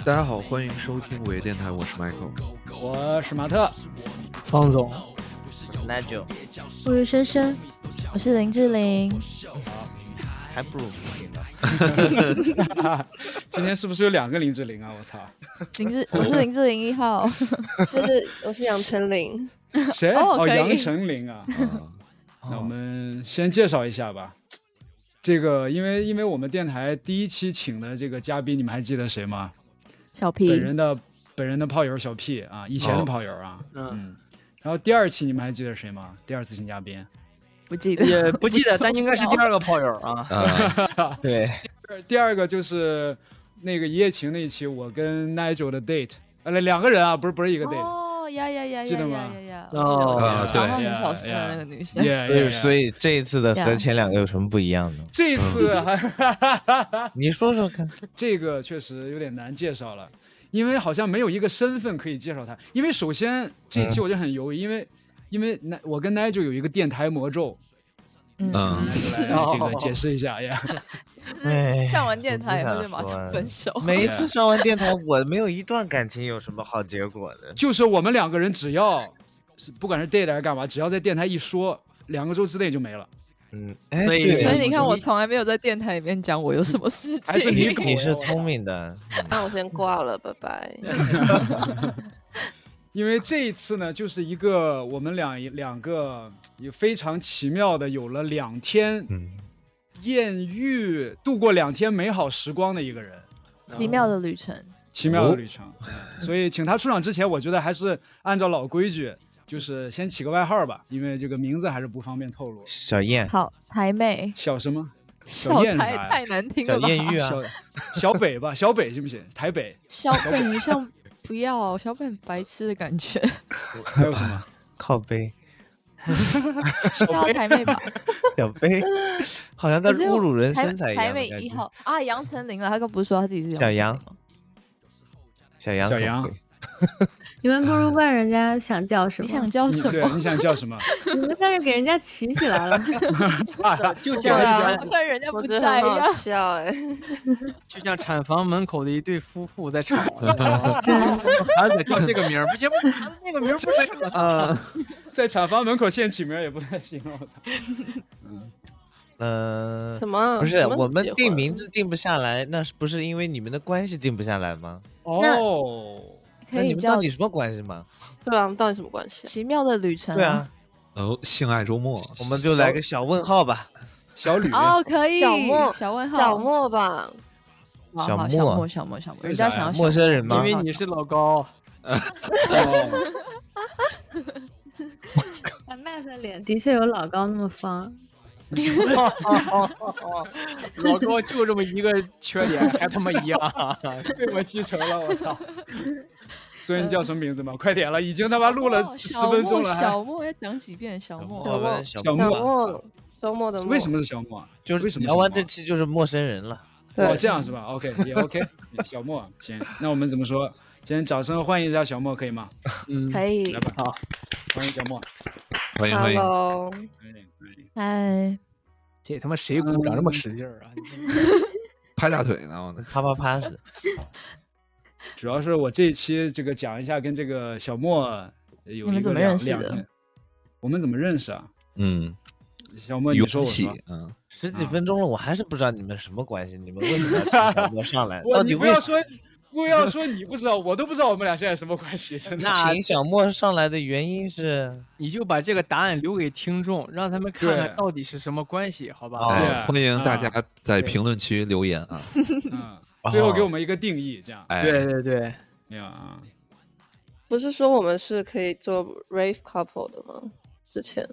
大家好，欢迎收听午夜电台，我是 Michael， 我是马特， 方总， Nigel， 我是深深，我是林志玲， 还不如不听呢。 今天是不是有2个林志玲啊？我操！ 我是林志玲1号， 我是杨丞琳。 谁？杨丞琳啊。那我们先介绍一下吧。这个，因为我们电台第一期请的这个嘉宾，你们还记得谁吗？ 小 P， 本人的炮友小 P 啊，以前的炮友啊。然后第2期你们还记得谁吗？第2次请嘉宾。 不记得， 也不记得，但应该是第2个炮友啊。 对， 第2个就是那个一夜情那一期，我跟 Nigel 的 date， 2个人啊，不是一个 date。 哦呀， 记得吗？ 对，很小声的那个女生。 所以这一次的和前2个有什么不一样呢？ 这一次还你说说看。 这个确实有点难介绍了，因为好像没有一个身份可以介绍他。因为首先这一期我就很犹豫，因为我跟 Nigel 有一个电台魔咒。来这个解释一下呀。 上完电台以后就马上分手。 每一次上完电台，我没有一段感情有什么好结果的。 就是我们2个人只要不管是 date 还是干嘛，只要在电台一说，2个周之内就没了。 所以你看，我从来没有在电台里面讲我有什么事情。 还是你是聪明的。 那我先挂了，拜拜。 因为这一次呢，就是一个我们两个也非常奇妙的有了2天艳遇，度过2天美好时光的一个人。 奇妙的旅程。所以请他出场之前，我觉得还是按照老规矩，就是先起个外号吧，因为这个名字还是不方便透露。 小燕。 好，台妹。 小什么？ 小燕太难听了吧。 小艳遇啊。 小北吧，小北行不行？台北。 小北像不要，小北很白痴的感觉。 还有什么？ 靠背。 叫台妹吧。 小背好像在侮辱人身材一样。 台妹1号啊，杨丞琳了，他刚不是说他自己是小杨。小杨。 你们不如问人家想叫什么？ 你想叫什么？ 对，你想叫什么？ 你们在这给人家起起来了。 就这样， 好像人家不在一样。 好笑哎， 就像产房门口的一对夫妇在吵。孩子叫这个名儿不行，那个名儿不是。 在产房门口现起名也不太行了。什么？ 不是我们定名字定不下来，那是不是因为你们的关系定不下来吗？那你们到底什么关系吗？ 对啊，到底什么关系？ 奇妙的旅程。 对啊。 性爱周末， 我们就来个小问号吧。 小吕。 可以。小问号。 小莫吧。 小莫。人家想要陌生人吗？ 因为你是老高。 Matt 的脸的确有老高那么方。 老高就这么一个缺点，还他妈一样， 被我继承了，我操！所以你叫什么名字吗？快点了，已经他妈录了10分钟了。 小莫要讲几遍？小莫的莫。 为什么是小莫？ 就是聊完这期就是陌生人了。 这样是吧 ？OK， 也 OK。小莫，行，那我们怎么说？先掌声欢迎一下小莫，可以吗？ 可以。 来吧，好，欢迎小莫。 欢迎。 Hello。 嗨。 这他妈谁鼓掌这么使劲啊？ 拍大腿呢， 啪是。 主要是我这一期这个讲一下跟这个小莫有一个你们怎么认识的？ 我们怎么认识啊？小莫， 你说我说。 10几分钟了，我还是不知道你们什么关系，你们为什么要请小莫上来？到底不要说你不知道，我都不知道我们俩现在什么关系。真的。 请小莫上来的原因是， 你就把这个答案留给听众，让他们看看到底是什么关系，好吧？ 欢迎大家在评论区留言啊。 最后给我们一个定义，这样。 对。 不是说我们是可以做 rave couple 的吗？之前。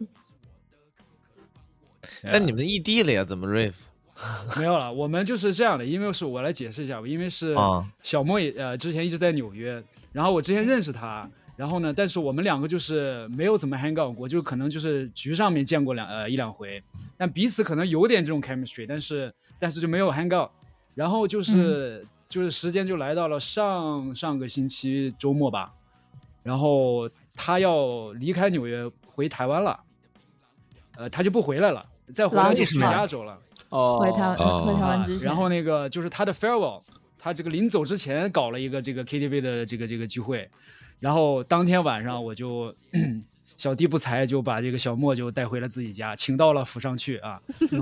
但你们异地了呀，怎么 rave？ 没有了，我们就是这样的，因为是我来解释一下，因为是小莫之前一直在纽约，然后我之前认识他，然后呢，但是我们2个就是没有怎么 hang out 过，就可能就是局上面见过一两回，但彼此可能有点这种 chemistry， 但是就没有 hang out， 然后就是时间就来到了上个星期周末吧，然后他要离开纽约回台湾了，他就不回来了，再回来就去加州了。 回台湾之前， 然后那个就是他的 farewell， 他这个临走之前搞了一个这个 KTV 的这个聚会，然后当天晚上我就小弟不才就把这个小莫就带回了自己家，请到了府上去啊，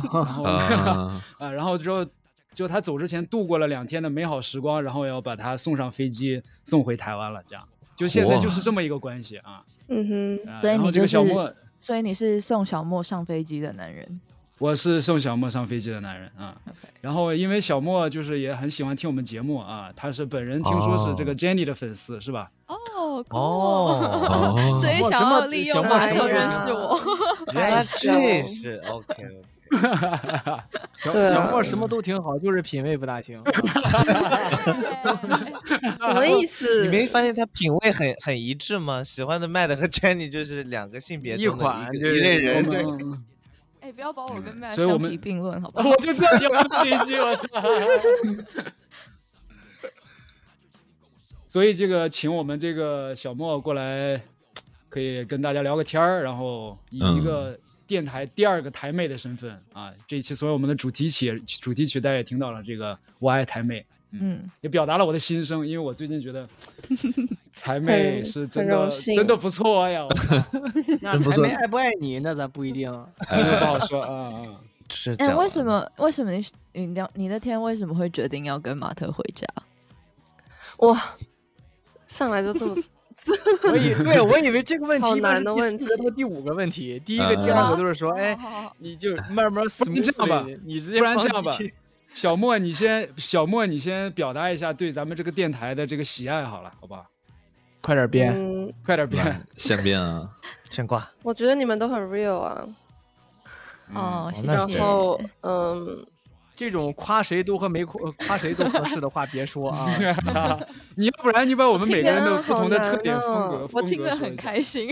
然后之后就他走之前度过了2天的美好时光，然后要把他送上飞机送回台湾了，这样就现在就是这么一个关系啊。 所以你就是所以你是送小莫上飞机的男人。 我是送小莫上飞机的男人啊。然后因为小莫就是也很喜欢听我们节目啊，他是本人听说是这个 Jenny 的粉丝，是吧？ 所以想要利用什么人是我。 原来这是 OK。 小莫什么都挺好，就是品味不大行。 什么意思？ 你没发现他品味很一致吗？喜欢的 Matt 和 Jenny 就是2个性别中的一类人。对。 不要把我跟 Matt 相提并论，好不好？ 我就知道你要说这一句，我操！所以这个请我们这个小莫过来，可以跟大家聊个天儿，然后以一个电台第2个台妹的身份啊，这一期所有我们的主题曲大家也听到了，这个我爱台妹，也表达了我的心声，因为我最近觉得台妹是真的不错呀。 那台妹爱不爱你，那咱不一定， 不好说啊。 是这样。 为什么你那天为什么会决定要跟马特回家？ 哇，上来就这么。 我以为这个问题难的问题， 第5个问题，第1个、第2个都是说，你就慢慢 smooth 吧， 你直接不然这样吧。小莫你先表达一下对咱们这个电台的这个喜爱好了，好不好？ 快点编， 快点编， 先编啊， 先挂。 我觉得你们都很 real 啊。 谢谢。 然后这种夸谁都夸谁都合适的话别说啊。 你要不然你把我们每个人的不同的特点风格， 我听得很开心。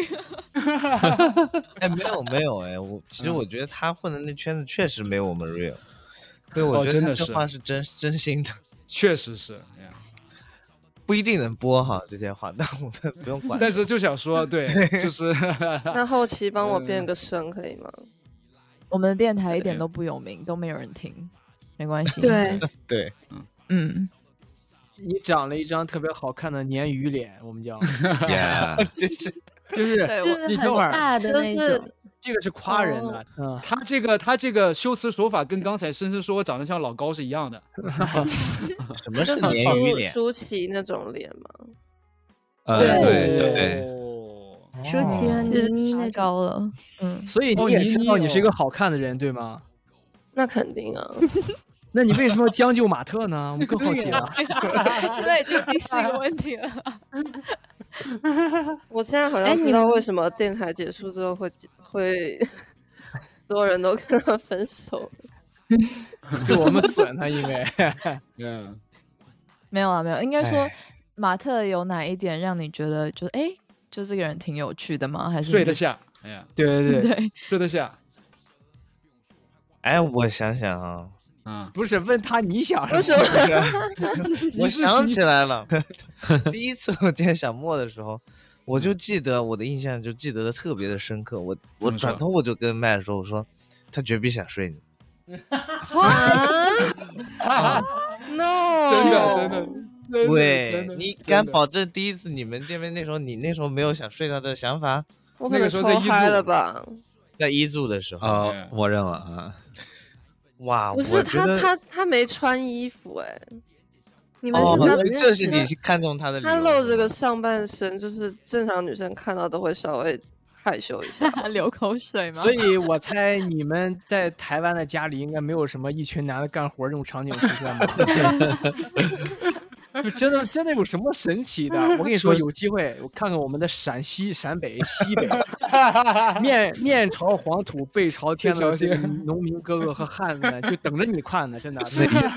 没有其实我觉得他混的那圈子确实没有我们 real。对，我觉得他这话是真心的， 确实是， 不一定能播哈这些话，但我们不用管。 但是就想说，对，就是。 那后期帮我变个声可以吗？ 我们的电台一点都不有名，都没有人听，没关系。 对， 你长了一张特别好看的鲶鱼脸，我们叫，就是你听会儿， 就是这个是夸人的， 他这个修辞手法跟刚才深深说我长得像老高是一样的。 什么是鲶鱼脸？ 舒淇那种脸吗？ 对， 舒淇和倪妮太高了， 所以你也知道你是一个好看的人，对吗？ 那肯定啊。 那你为什么要将就马特呢？我们更好奇了。 现在已经第4个问题了。 我现在好像知道为什么电台结束之后会所有人都跟他分手。 就我们损他，因为没有，应该说马特有哪一点让你觉得就这个人挺有趣的吗？还是睡得下？对，睡得下。 我想想啊， 不是问他你想什么？ 我想起来了，第一次我见小莫的时候，我就记得我的印象就记得的特别的深刻。我转头我就跟麦说，我说他绝逼想睡你。 No， 真的。 对，你敢保证第一次你们见面那时候，你那时候没有想睡他的想法？ 我可能抽嗨了吧， 在一组的时候默认了啊。 哇， 不是他没穿衣服你们这是你看中他的理由。 他露这个上半身，就是正常女生看到都会稍微害羞一下， 流口水吗？ 所以我猜你们在台湾的家里应该没有什么一群男的干活这种场景出现吧？就真的有什么神奇的？我跟你说，有机会我看看我们的陕西、陕北、西北，面朝黄土背朝天的这个农民哥哥和汉子们，就等着你看呢，真的。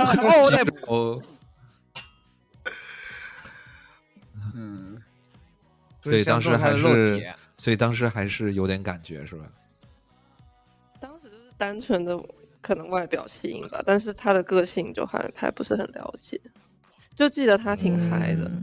所以当时还是有点感觉，是吧？ 当时就是单纯的可能外表吸引吧，但是他的个性就还不是很了解。就记得他挺嗨的，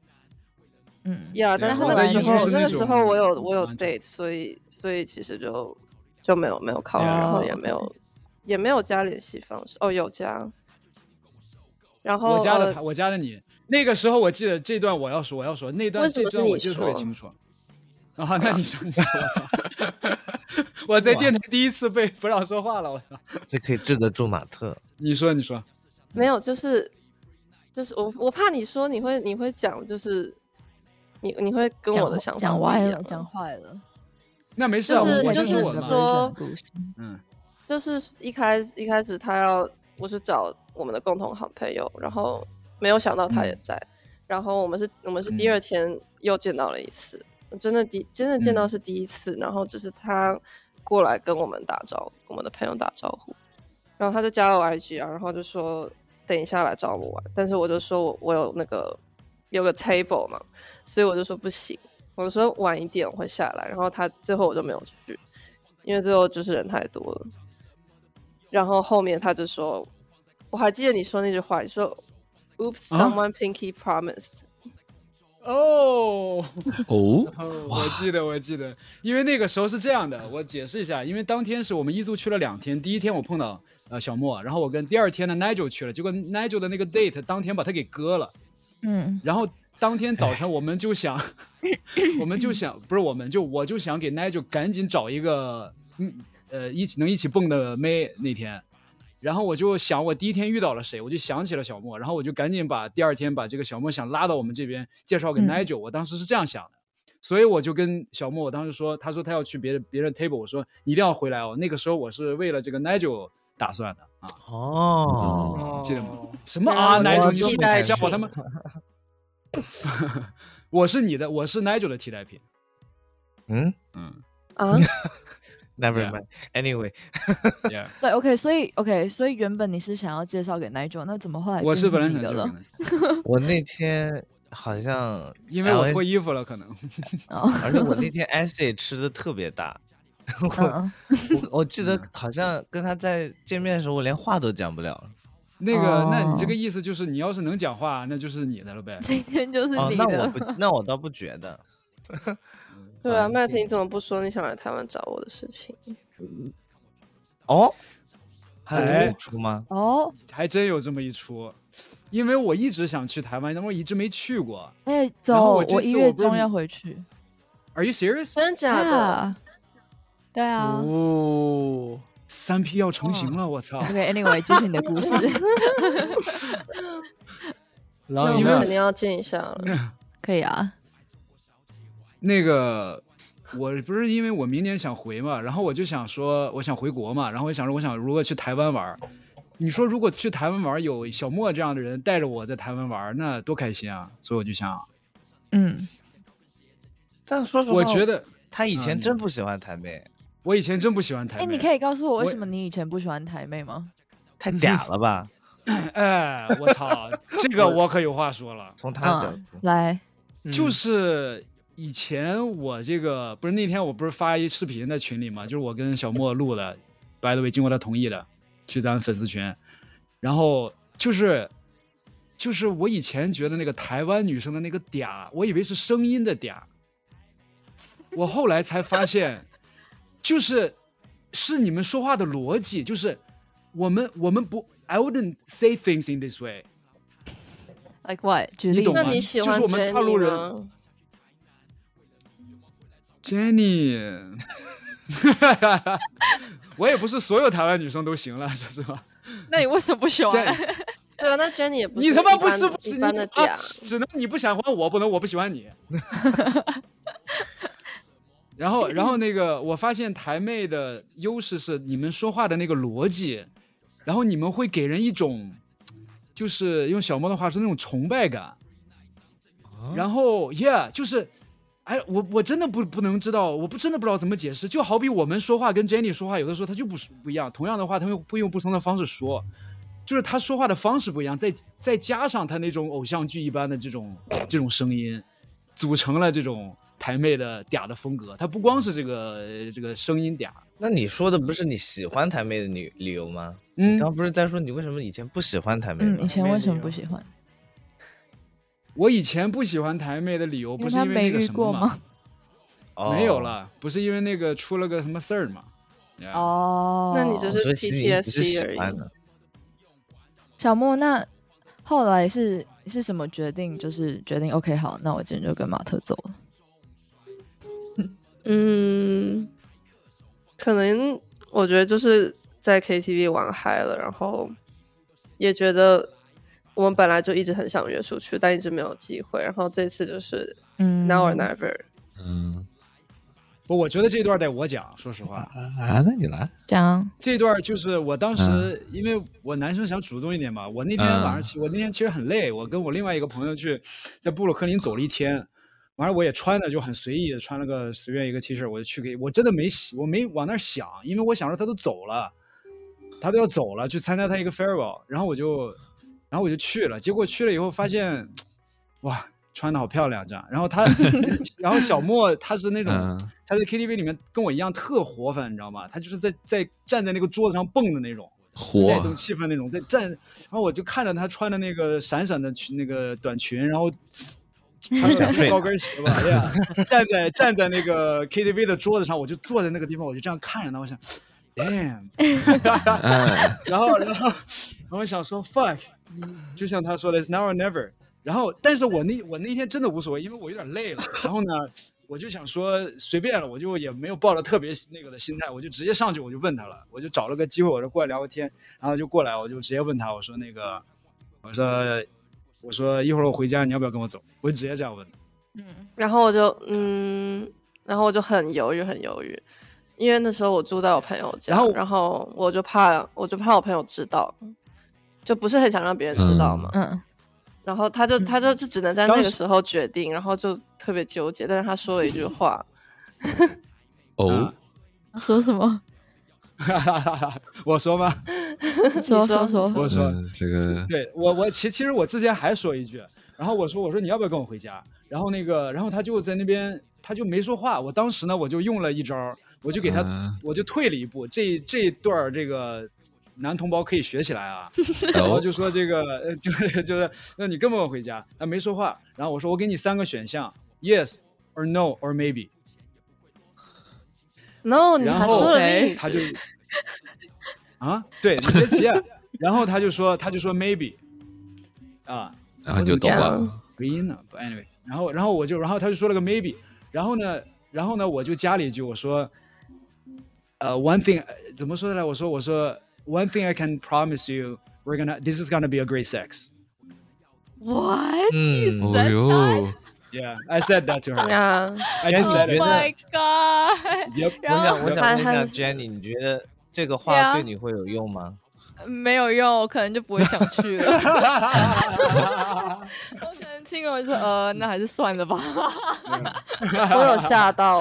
但是那个时候我有 date， 所以其实就没有考虑，然后也没有加联系方式。有加， 然后我加的你。那个时候我记得这段我要说这段我记得特别清楚。啊，那你说，我在电台第一次被不让说话了，我操！ 这可以治得住马特。 你说， 没有，就是我怕你说你会讲，就是你会跟我的想法讲歪了，讲坏了。 那没事， 就是说，就是一开始我是找我们的共同好朋友，然后没有想到他也在，然后我们是第二天又见到了一次，真的见到是第一次，然后只是他过来跟我们的朋友打招呼，然后他就加了我 IG 啊，然后就说等一下来找我玩，但是我就说我有个 table 嘛，所以我就说不行，我就说晚一点我会下来，然后最后我就没有去，因为最后就是人太多了。然后后面他就说，我还记得你说那句话，你说 "Oops, someone pinky promised." 我记得，因为那个时候是这样的，我解释一下，因为当天是我们一组去了2天，第一天我碰到小莫，然后我跟第二天的 Nigel 去了，结果 Nigel 的那个 date 当天把他给割了，然后当天早晨我就想给 Nigel 赶紧找一个一起蹦的妹那天，然后我就想我第一天遇到了谁，我就想起了小莫，然后我就赶紧第二天把这个小莫想拉到我们这边介绍给 Nigel，我当时是这样想的，所以我就跟小莫，我当时说，他说他要去别人 table， 我说你一定要回来哦，那个时候我是为了这个 Nigel 打算的啊。记得吗？什么啊 Nigel 你就叫我他妈我是 Nigel 的替代品。 Never mind. Anyway. 对 OK， 所以原本你是想要介绍给 Nigel， 那怎么后来我是本来想的了？ 我那天好像因为我脱衣服了，可能。 而且我那天 essay 吃的特别大，我记得好像跟他在见面的时候，我连话都讲不了。 那你这个意思就是，你要是能讲话，那就是你的了呗。 这一天就是你的。 那我倒不觉得。 对啊，麦婷怎么不说你想来台湾找我的事情？ 还有这么一出吗？ 还真有这么一出，因为我一直想去台湾，但我一直没去过。 走，我1月中要回去。 Are you serious？ 真的假的？ 对啊。 3P 要成型了，我操 ！OK，Anyway， 继续你的故事。 那我们肯定要见一下了。 可以啊。 那个，我不是因为我明年想回嘛，然后我就想说，我想回国嘛，然后我想如果去台湾玩，你说如果去台湾玩有小莫这样的人带着我在台湾玩，那多开心啊！所以我就想， 但说实话， 我觉得他以前真不喜欢台妹。 我以前真不喜欢台妹。 你可以告诉我为什么你以前不喜欢台妹吗？ 太嗲了吧！ 我操，这个我可有话说了。 从他角度来， 就是以前我这个不是那天我不是发一视频在群里嘛，就是我跟小莫录的 ，by the way 经过他同意的，去咱们粉丝群，然后就是我以前觉得那个台湾女生的那个嗲，我以为是声音的嗲，我后来才发现，是你们说话的逻辑，就是我们不 ，I wouldn't say things in this way。 Like what？ 举例， 你懂吗？ 那你喜欢就是我们大陆人。Jenny， 我也不是所有台湾女生都行了，说实话。 那你为什么不喜欢？ 对啊，那 Jenny 也不是你他妈不是一般的嗲， 只能你不喜欢我，不能我不喜欢你。然后那个，我发现台妹的优势是你们说话的那个逻辑，然后你们会给人一种，就是用小猫的话说那种崇拜感。然后 ，yeah， 就是。我真的不能知道，真的不知道怎么解释。就好比我们说话跟 Jenny 说话，有的时候他就不一样。同样的话，他会用不同的方式说，就是他说话的方式不一样，再加上他那种偶像剧一般的这种声音，组成了这种台妹的嗲的风格。他不光是这个声音嗲。 那你说的不是你喜欢台妹的理由吗？你刚不是在说你为什么以前不喜欢台妹吗？ 以前为什么不喜欢？ 我以前不喜欢台妹的理由不是因为那个什么吗？没有了，不是因为那个出了个什么事儿嘛？ 那你就是 PTSD 而已。 小莫，那后来是什么决定？就是决定 OK 好，那我今天就跟马特走了。 可能我觉得就是在 KTV 玩嗨了，然后也觉得我们本来就一直很想约出去，但一直没有机会，然后这次就是now or never。 我觉得这段得我讲，说实话啊，那你来讲。 这段就是我当时，因为我男生想主动一点嘛，我那天晚上我那天其实很累，我跟我另外一个朋友去在布鲁克林走了一天，完了我也穿的就很随意的穿了个随便一个 T 恤，我就去给我真的我没往那儿想，因为我想着他都走了，他都要走了，去参加他一个 farewell， 然后我就去了，结果去了以后发现，哇，穿的好漂亮这样，然后然后小莫他是那种他在 KTV 里面跟我一样特活泛，你知道吗？他就是在站在那个桌子上蹦的那种，带动气氛那种，在站，然后我就看着他穿的那个闪闪的那个短裙，然后他是高跟鞋吧，对呀，站在那个 KTV 的桌子上，我就坐在那个地方，我就这样看着他，我想 ，damn， 然后我想说 fuck， 就像他说的 it's now or never。然后，但是我那天真的无所谓，因为我有点累了。然后呢，我就想说随便了，我就也没有抱着特别那个的心态，我就直接上去，我就问他了，我就找了个机会，我就过来聊个天，然后就过来，我就直接问他，我说一会儿我回家，你要不要跟我走？我就直接这样问。 然后我就很犹豫，因为那时候我住在我朋友家，然后我就怕我朋友知道，就不是很想让别人知道嘛。然后他就只能在那个时候决定，然后就特别纠结。但是他说了一句话， 说什么？ 我说吗？ 说， 我说这个， 对我其实我之前还说一句，然后我说你要不要跟我回家？然后他就在那边他就没说话。我当时呢我就用了一招，我就给他我就退了一步，这一段这个。男同胞可以学起来啊，然后就说这个就是那你跟不跟我回家？他没说话，然后我说我给你3个选项 ，yes or no or maybe。No， 你还说了 maybe， 他就对，你别急啊。然后他就说 maybe， 啊， 然后你就懂了。 回音呢 ，anyways， 然后他就说了个 maybe， 然后呢我就加了一句，我说one thing 怎么说的来？我说。One thing I can promise you, this is gonna be a great sex. What? You said that? Yeah, I said that to her. Yeah, I just said it. Oh my god! Yep. 我想问一下 Jenny， 你觉得这个话对你会有用吗？ 没有用，我可能就不会想去了。我可能听了我说那还是算了吧。 我有吓到。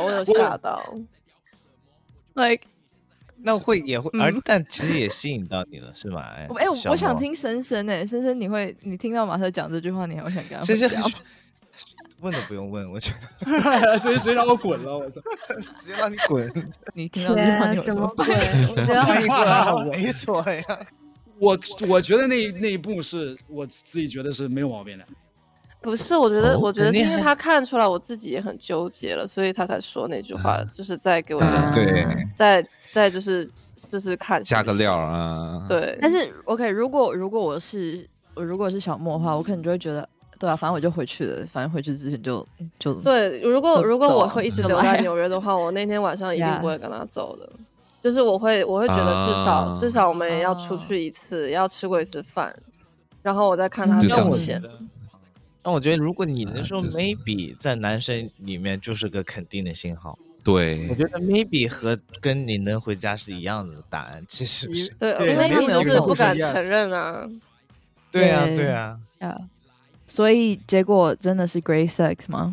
Like。 那也会，但其实也吸引到你了，是吗？ 我想听深深你听到马特讲这句话，你还会想跟他深深问都不用问，我觉得直接让我滚了，我操， 直接让你滚！ 你听到这句话，你有什么鬼？我觉得一个好猥琐呀！ 我觉得那一步是我自己觉得是没有毛病的。 不是，我觉得是因为他看出来我自己也很纠结了，所以他才说那句话，就是在给我再就是看加个料啊。 对， 但是 OK， 如果我是小莫的话，我可能就会觉得，对啊，反正我就回去了，反正回去之前就对。如果我会一直留在纽约的话，我那天晚上一定不会跟他走的。就是我会觉得至少我们也要出去一次，要吃过一次饭，然后我再看他表现。 但我觉得，如果你能说 maybe 在男生里面就是个肯定的信号。 对， 我觉得 maybe 跟你能回家是一样的答案，其实不是。 对 ，maybe 就是不敢承认啊。 对啊。 所以结果真的是 great sex 吗？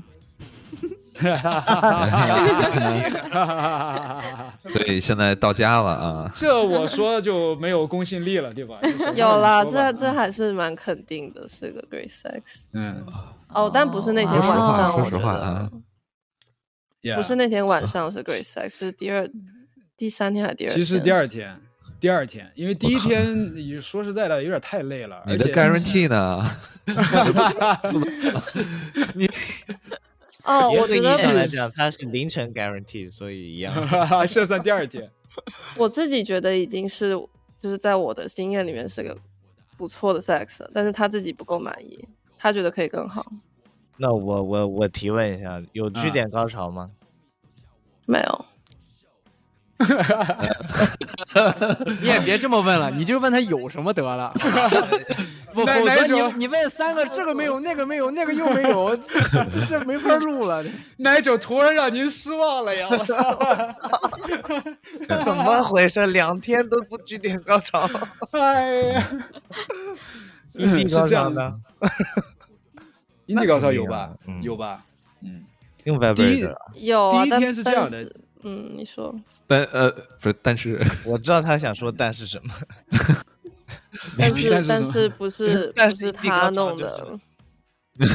所以现在到家了啊。 这我说就没有公信力了，对吧？ 有啦，这还是蛮肯定的，是个 great sex。但不是那天晚上， 说实话啊， 不是那天晚上是 great sex， 是第3天还是第2天？ 其实第二天，因为第一天你说实在的有点太累了。 你的 guarantee 呢？ 你我觉得来讲它是凌晨 guarantee， 所以一样。 这算第2天。 我自己觉得已经是就是在我的经验里面是个不错的 sex， 但是他自己不够满意，他觉得可以更好。 那我提问一下，有据点高潮吗？ 没有。 你也别这么问了，你就问他有什么得了。否则你问3个，这个没有，那个没有，那个又没有，这没法录了。 奶酒突然让您失望了呀！我操！ 怎么回事？2天都不据点高潮？ 哎呀， 阴蒂高潮呢？ 阴蒂高潮有吧？有吧？ 用 vibrator 有啊。 第一天是这样的。 你说。 不是，但是我知道他想说但是什么。 但是不是他弄的。 对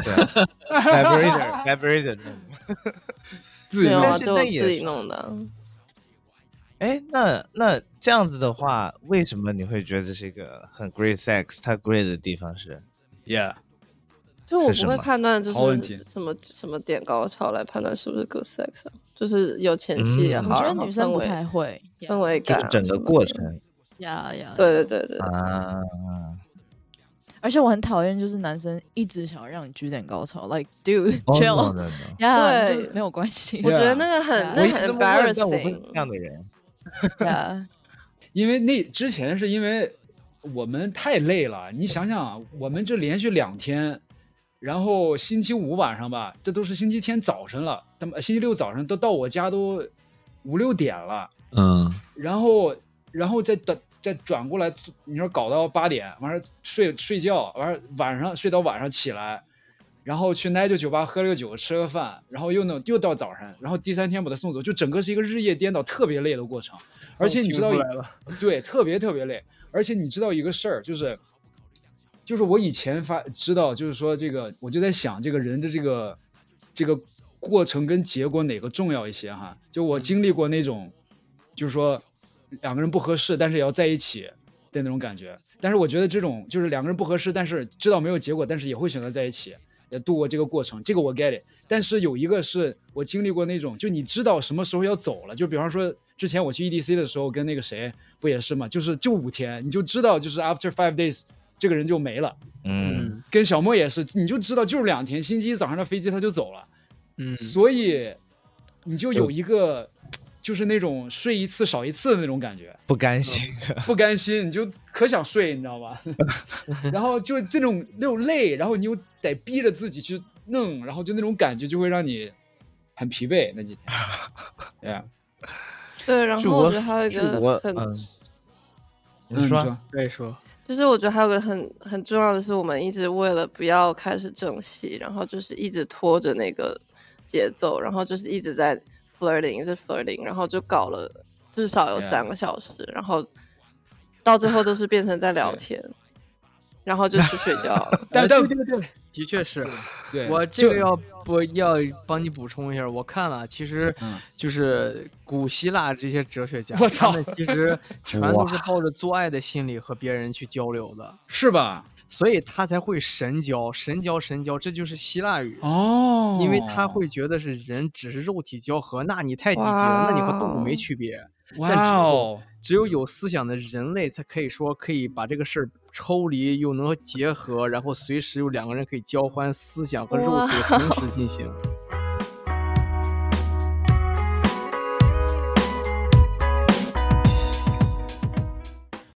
vibrator 弄的。 没有啊，就自己弄的。 哎，那这样子的话，为什么你会觉得这是一个很 great sex？ 它 great 的地方是 ，yeah， 就我不会判断就是什么点高潮来判断是不是 good sex， 就是有前戏也好， 我觉得女生不太会氛围感， 就是整个过程。 呀， 对啊！ 而且我很讨厌就是男生一直想让你据点高潮 ，like dude chill， 对， 没有关系。 我觉得那个很 embarrassing， 我会这样的人。 因为之前是因为我们太累了，你想想，我们这连续2天，然后星期5晚上吧，这都是星期天早晨了，星期6早上都到我家都5、6点了，然后再转过来，你说搞到8点，完了睡觉，完了晚上睡到晚上起来，然后去奶酒酒吧喝了个酒，吃个饭，然后又到早上，然后第3天把他送走，就整个是一个日夜颠倒，特别累的过程。而且你知道，对，特别累。而且你知道一个事儿，就是我以前知道，就是说这个，我就在想这个人的这个过程跟结果哪个重要一些哈？就我经历过那种，就是说2个人不合适，但是也要在一起的那种感觉。但是我觉得这种就是2个人不合适，但是知道没有结果，但是也会选择在一起，也度过这个过程，这个我 get it。但是有一个是我经历过那种，就你知道什么时候要走了，就比方说之前我去 EDC 的时候，跟那个谁不也是嘛，就5天，你就知道就是 after 5 days 这个人就没了。跟小莫也是，你就知道就是2天，星期1早上的飞机他就走了。所以你就有一个就是那种睡一次少一次的那种感觉， 不甘心， 你就可想睡，你知道吧？然后就这种又累，然后你又得逼着自己去弄，然后就那种感觉就会让你很疲惫那几天。 对，然后我觉得还有一个你说， 对说， 就是我觉得还有个很重要的是，我们一直为了不要开始正戏，然后就是一直拖着那个节奏，然后就是一直在 flirting， 然后就搞了至少有3个小时，然后到最后都是变成在聊天，然后就去睡觉了。 对，的确是。我这个要帮你补充一下，我看了，其实就是古希腊这些哲学家，他们其实全都是抱着做爱的心理和别人去交流的， 是吧？ 所以他才会神交，这就是希腊语哦。 因为他会觉得是人只是肉体交合，那你太低级了，那你和动物没区别。但只有思想的人类才可以说可以把这个事儿抽离，又能结合，然后随时有2个人可以交换思想和肉体同时进行。